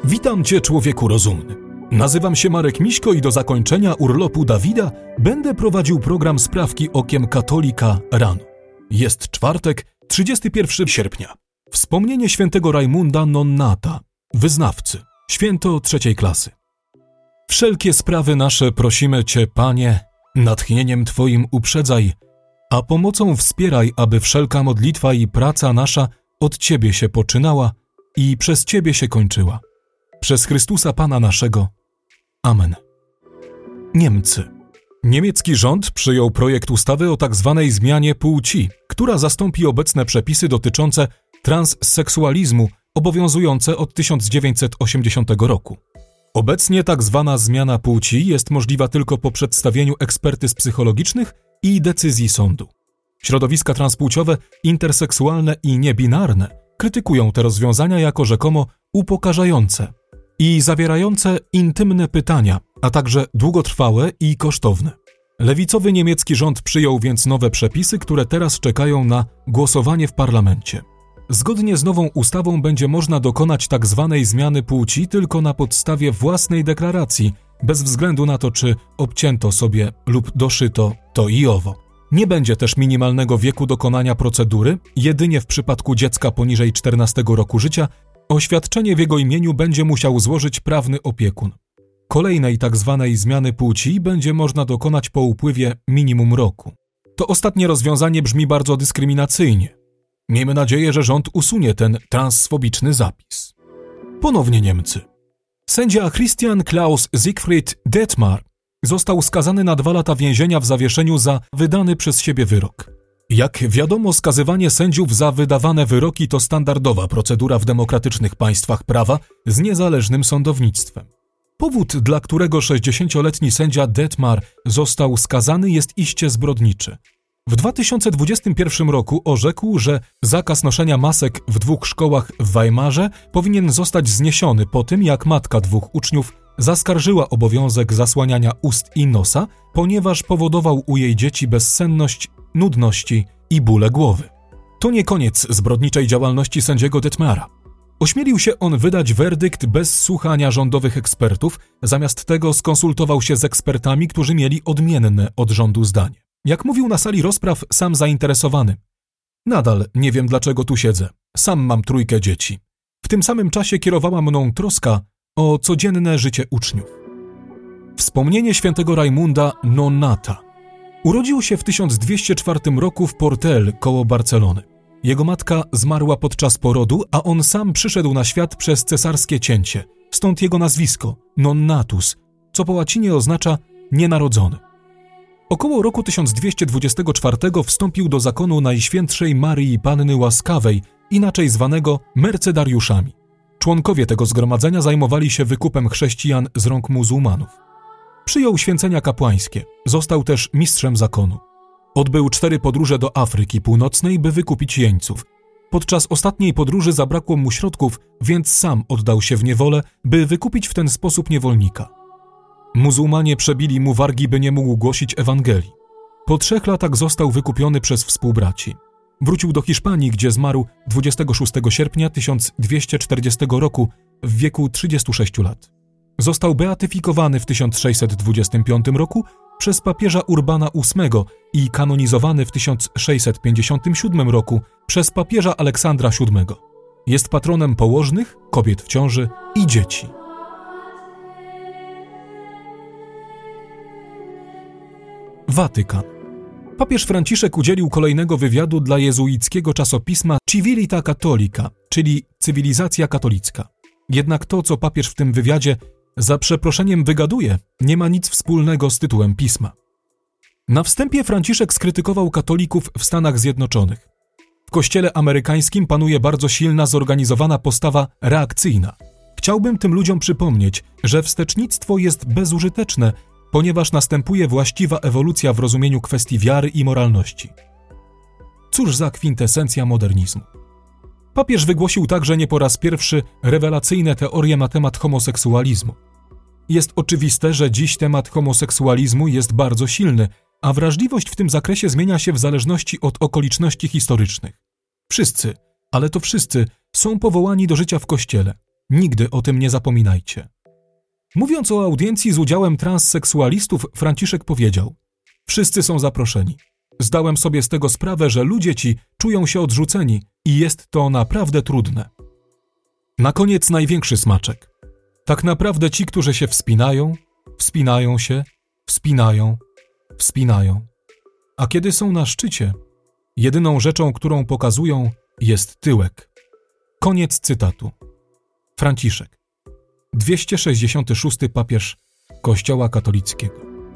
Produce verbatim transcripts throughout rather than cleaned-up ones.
Witam Cię, człowieku rozumny. Nazywam się Marek Miśko i do zakończenia urlopu Dawida będę prowadził program Sprawki okiem katolika rano. Jest czwartek, trzydziestego pierwszego sierpnia. Wspomnienie świętego Rajmunda Nonnata, wyznawcy, święto trzeciej klasy. Wszelkie sprawy nasze prosimy Cię, Panie, natchnieniem Twoim uprzedzaj, a pomocą wspieraj, aby wszelka modlitwa i praca nasza od Ciebie się poczynała i przez Ciebie się kończyła. Przez Chrystusa Pana naszego. Amen. Niemcy. Niemiecki rząd przyjął projekt ustawy o tak zwanej zmianie płci, która zastąpi obecne przepisy dotyczące transseksualizmu obowiązujące od tysiąc dziewięćset osiemdziesiątego roku. Obecnie tak zwana zmiana płci jest możliwa tylko po przedstawieniu ekspertyz psychologicznych i decyzji sądu. Środowiska transpłciowe, interseksualne i niebinarne krytykują te rozwiązania jako rzekomo upokarzające i zawierające intymne pytania, a także długotrwałe i kosztowne. Lewicowy niemiecki rząd przyjął więc nowe przepisy, które teraz czekają na głosowanie w parlamencie. Zgodnie z nową ustawą będzie można dokonać tak zwanej zmiany płci tylko na podstawie własnej deklaracji, bez względu na to, czy obcięto sobie lub doszyto to i owo. Nie będzie też minimalnego wieku dokonania procedury, jedynie w przypadku dziecka poniżej czternastego roku życia oświadczenie w jego imieniu będzie musiał złożyć prawny opiekun. Kolejnej tak zwanej zmiany płci będzie można dokonać po upływie minimum roku. To ostatnie rozwiązanie brzmi bardzo dyskryminacyjnie. Miejmy nadzieję, że rząd usunie ten transfobiczny zapis. Ponownie Niemcy. Sędzia Christian Klaus Siegfried Detmar został skazany na dwa lata więzienia w zawieszeniu za wydany przez siebie wyrok. Jak wiadomo, skazywanie sędziów za wydawane wyroki to standardowa procedura w demokratycznych państwach prawa z niezależnym sądownictwem. Powód, dla którego sześćdziesięcioletni sędzia Detmar został skazany, jest iście zbrodniczy. W dwa tysiące dwudziestym pierwszym roku orzekł, że zakaz noszenia masek w dwóch szkołach w Weimarze powinien zostać zniesiony po tym, jak matka dwóch uczniów zaskarżyła obowiązek zasłaniania ust i nosa, ponieważ powodował u jej dzieci bezsenność, nudności i bóle głowy. To nie koniec zbrodniczej działalności sędziego Detmara. Ośmielił się on wydać werdykt bez słuchania rządowych ekspertów, zamiast tego skonsultował się z ekspertami, którzy mieli odmienne od rządu zdanie. Jak mówił na sali rozpraw sam zainteresowany. Nadal nie wiem, dlaczego tu siedzę. Sam mam trójkę dzieci. W tym samym czasie kierowała mną troska o codzienne życie uczniów. Wspomnienie świętego Rajmunda Nonnata. Urodził się w tysiąc dwieście czwartym roku w Portel koło Barcelony. Jego matka zmarła podczas porodu, a on sam przyszedł na świat przez cesarskie cięcie, stąd jego nazwisko Nonnatus, co po łacinie oznacza nienarodzony. Około roku tysiąc dwieście dwudziestego czwartego wstąpił do zakonu Najświętszej Maryi Panny Łaskawej, inaczej zwanego mercedariuszami. Członkowie tego zgromadzenia zajmowali się wykupem chrześcijan z rąk muzułmanów. Przyjął święcenia kapłańskie, został też mistrzem zakonu. Odbył cztery podróże do Afryki Północnej, by wykupić jeńców. Podczas ostatniej podróży zabrakło mu środków, więc sam oddał się w niewolę, by wykupić w ten sposób niewolnika. Muzułmanie przebili mu wargi, by nie mógł głosić Ewangelii. Po trzech latach został wykupiony przez współbraci. Wrócił do Hiszpanii, gdzie zmarł dwudziestego szóstego sierpnia tysiąc dwieście czterdziestego roku w wieku trzydziestu sześciu lat. Został beatyfikowany w tysiąc sześćset dwudziestym piątym roku przez papieża Urbana ósmego i kanonizowany w tysiąc sześćset pięćdziesiątym siódmym roku przez papieża Aleksandra siódmego. Jest patronem położnych, kobiet w ciąży i dzieci. Watykan. Papież Franciszek udzielił kolejnego wywiadu dla jezuickiego czasopisma Civilita Cattolica, czyli Cywilizacja Katolicka. Jednak to, co papież w tym wywiadzie za przeproszeniem wygaduje, nie ma nic wspólnego z tytułem pisma. Na wstępie Franciszek skrytykował katolików w Stanach Zjednoczonych. W kościele amerykańskim panuje bardzo silna, zorganizowana postawa reakcyjna. Chciałbym tym ludziom przypomnieć, że wstecznictwo jest bezużyteczne, ponieważ następuje właściwa ewolucja w rozumieniu kwestii wiary i moralności. Cóż za kwintesencja modernizmu. Papież wygłosił także nie po raz pierwszy rewelacyjne teorie na temat homoseksualizmu. Jest oczywiste, że dziś temat homoseksualizmu jest bardzo silny, a wrażliwość w tym zakresie zmienia się w zależności od okoliczności historycznych. Wszyscy, ale to wszyscy, są powołani do życia w Kościele. Nigdy o tym nie zapominajcie. Mówiąc o audiencji z udziałem transseksualistów, Franciszek powiedział: wszyscy są zaproszeni. Zdałem sobie z tego sprawę, że ludzie ci czują się odrzuceni i jest to naprawdę trudne. Na koniec największy smaczek. Tak naprawdę ci, którzy się wspinają, wspinają się, wspinają, wspinają. A kiedy są na szczycie, jedyną rzeczą, którą pokazują, jest tyłek. Koniec cytatu. Franciszek, dwieście sześćdziesiąty szósty papież Kościoła katolickiego.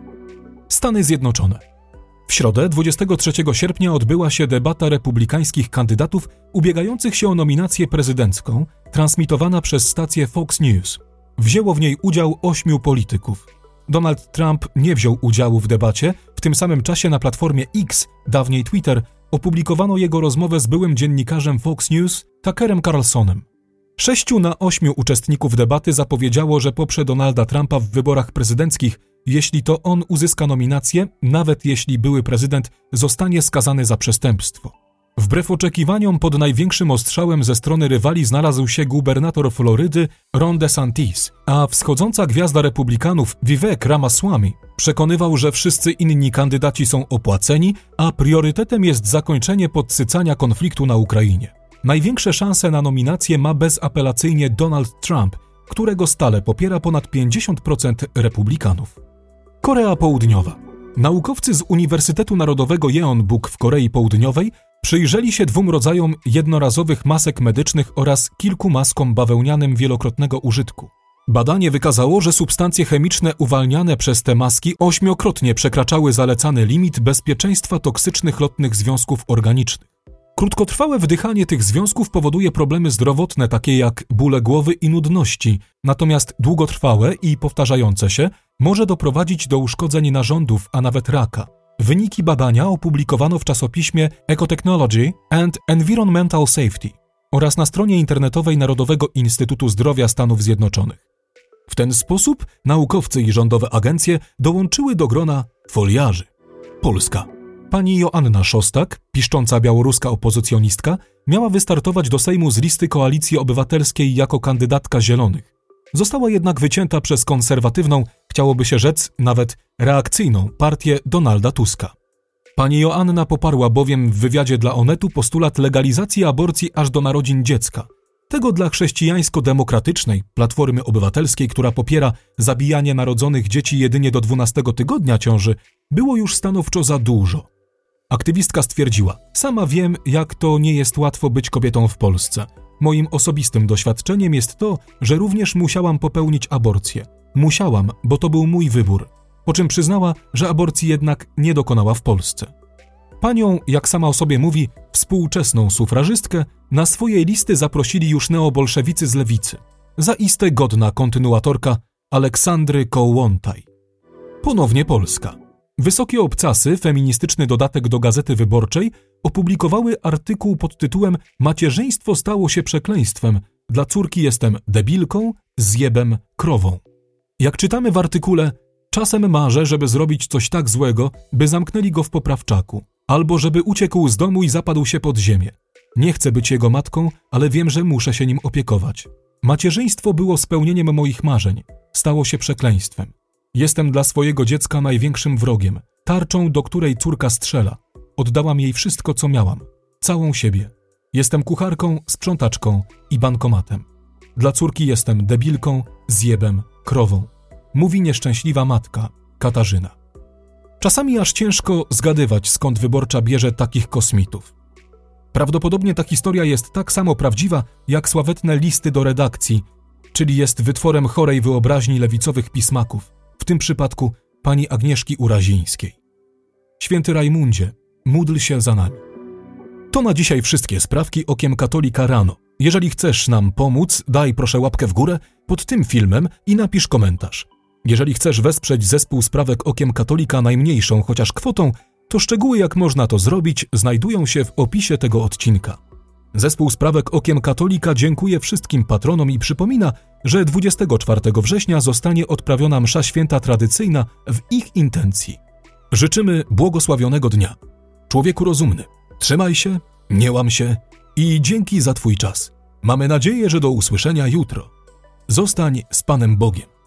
Stany Zjednoczone. W środę, dwudziestego trzeciego sierpnia, odbyła się debata republikańskich kandydatów ubiegających się o nominację prezydencką, transmitowana przez stację Fox News. Wzięło w niej udział ośmiu polityków. Donald Trump nie wziął udziału w debacie, w tym samym czasie na platformie X, dawniej Twitter, opublikowano jego rozmowę z byłym dziennikarzem Fox News, Tuckerem Carlsonem. Sześciu na ośmiu uczestników debaty zapowiedziało, że poprze Donalda Trumpa w wyborach prezydenckich, jeśli to on uzyska nominację, nawet jeśli były prezydent zostanie skazany za przestępstwo. Wbrew oczekiwaniom pod największym ostrzałem ze strony rywali znalazł się gubernator Florydy Ron DeSantis, a wschodząca gwiazda republikanów Vivek Ramaswamy przekonywał, że wszyscy inni kandydaci są opłaceni, a priorytetem jest zakończenie podsycania konfliktu na Ukrainie. Największe szanse na nominację ma bezapelacyjnie Donald Trump, którego stale popiera ponad pięćdziesiąt procent republikanów. Korea Południowa. Naukowcy z Uniwersytetu Narodowego Jeonbuk w Korei Południowej przyjrzeli się dwóm rodzajom jednorazowych masek medycznych oraz kilku maskom bawełnianym wielokrotnego użytku. Badanie wykazało, że substancje chemiczne uwalniane przez te maski ośmiokrotnie przekraczały zalecany limit bezpieczeństwa toksycznych lotnych związków organicznych. Krótkotrwałe wdychanie tych związków powoduje problemy zdrowotne takie jak bóle głowy i nudności, natomiast długotrwałe i powtarzające się może doprowadzić do uszkodzeń narządów, a nawet raka. Wyniki badania opublikowano w czasopiśmie Ecotechnology and Environmental Safety oraz na stronie internetowej Narodowego Instytutu Zdrowia Stanów Zjednoczonych. W ten sposób naukowcy i rządowe agencje dołączyły do grona foliarzy. Polska. Pani Joanna Szostak, piszcząca białoruska opozycjonistka, miała wystartować do Sejmu z listy Koalicji Obywatelskiej jako kandydatka Zielonych. Została jednak wycięta przez konserwatywną, chciałoby się rzec nawet reakcyjną, partię Donalda Tuska. Pani Joanna poparła bowiem w wywiadzie dla Onetu postulat legalizacji aborcji aż do narodzin dziecka. Tego dla chrześcijańsko-demokratycznej Platformy Obywatelskiej, która popiera zabijanie narodzonych dzieci jedynie do dwunastego tygodnia ciąży, było już stanowczo za dużo. Aktywistka stwierdziła: sama wiem, jak to nie jest łatwo być kobietą w Polsce. Moim osobistym doświadczeniem jest to, że również musiałam popełnić aborcję. Musiałam, bo to był mój wybór. Po czym przyznała, że aborcji jednak nie dokonała w Polsce. Panią, jak sama o sobie mówi, współczesną sufrażystkę, na swoje listy zaprosili już neobolszewicy z lewicy. Zaiste godna kontynuatorka Aleksandry Kołłątaj. Ponownie Polska. Wysokie Obcasy, feministyczny dodatek do Gazety Wyborczej, opublikowały artykuł pod tytułem „Macierzyństwo stało się przekleństwem. Dla córki jestem debilką, zjebem, krową”. Jak czytamy w artykule, czasem marzę, żeby zrobić coś tak złego, by zamknęli go w poprawczaku, albo żeby uciekł z domu i zapadł się pod ziemię. Nie chcę być jego matką, ale wiem, że muszę się nim opiekować. Macierzyństwo było spełnieniem moich marzeń. Stało się przekleństwem. Jestem dla swojego dziecka największym wrogiem, tarczą, do której córka strzela. Oddałam jej wszystko, co miałam. Całą siebie. Jestem kucharką, sprzątaczką i bankomatem. Dla córki jestem debilką, zjebem, krową. Mówi nieszczęśliwa matka, Katarzyna. Czasami aż ciężko zgadywać, skąd Wyborcza bierze takich kosmitów. Prawdopodobnie ta historia jest tak samo prawdziwa, jak sławetne listy do redakcji, czyli jest wytworem chorej wyobraźni lewicowych pismaków, w tym przypadku pani Agnieszki Urazińskiej. Święty Rajmundzie, módl się za nami. To na dzisiaj wszystkie sprawki Okiem Katolika rano. Jeżeli chcesz nam pomóc, daj proszę łapkę w górę pod tym filmem i napisz komentarz. Jeżeli chcesz wesprzeć zespół Sprawek Okiem Katolika najmniejszą chociaż kwotą, to szczegóły, jak można to zrobić, znajdują się w opisie tego odcinka. Zespół Sprawek Okiem Katolika dziękuję wszystkim patronom i przypomina, że dwudziestego czwartego września zostanie odprawiona msza święta tradycyjna w ich intencji. Życzymy błogosławionego dnia. Człowieku rozumny, trzymaj się, nie łam się i dzięki za twój czas. Mamy nadzieję, że do usłyszenia jutro. Zostań z Panem Bogiem.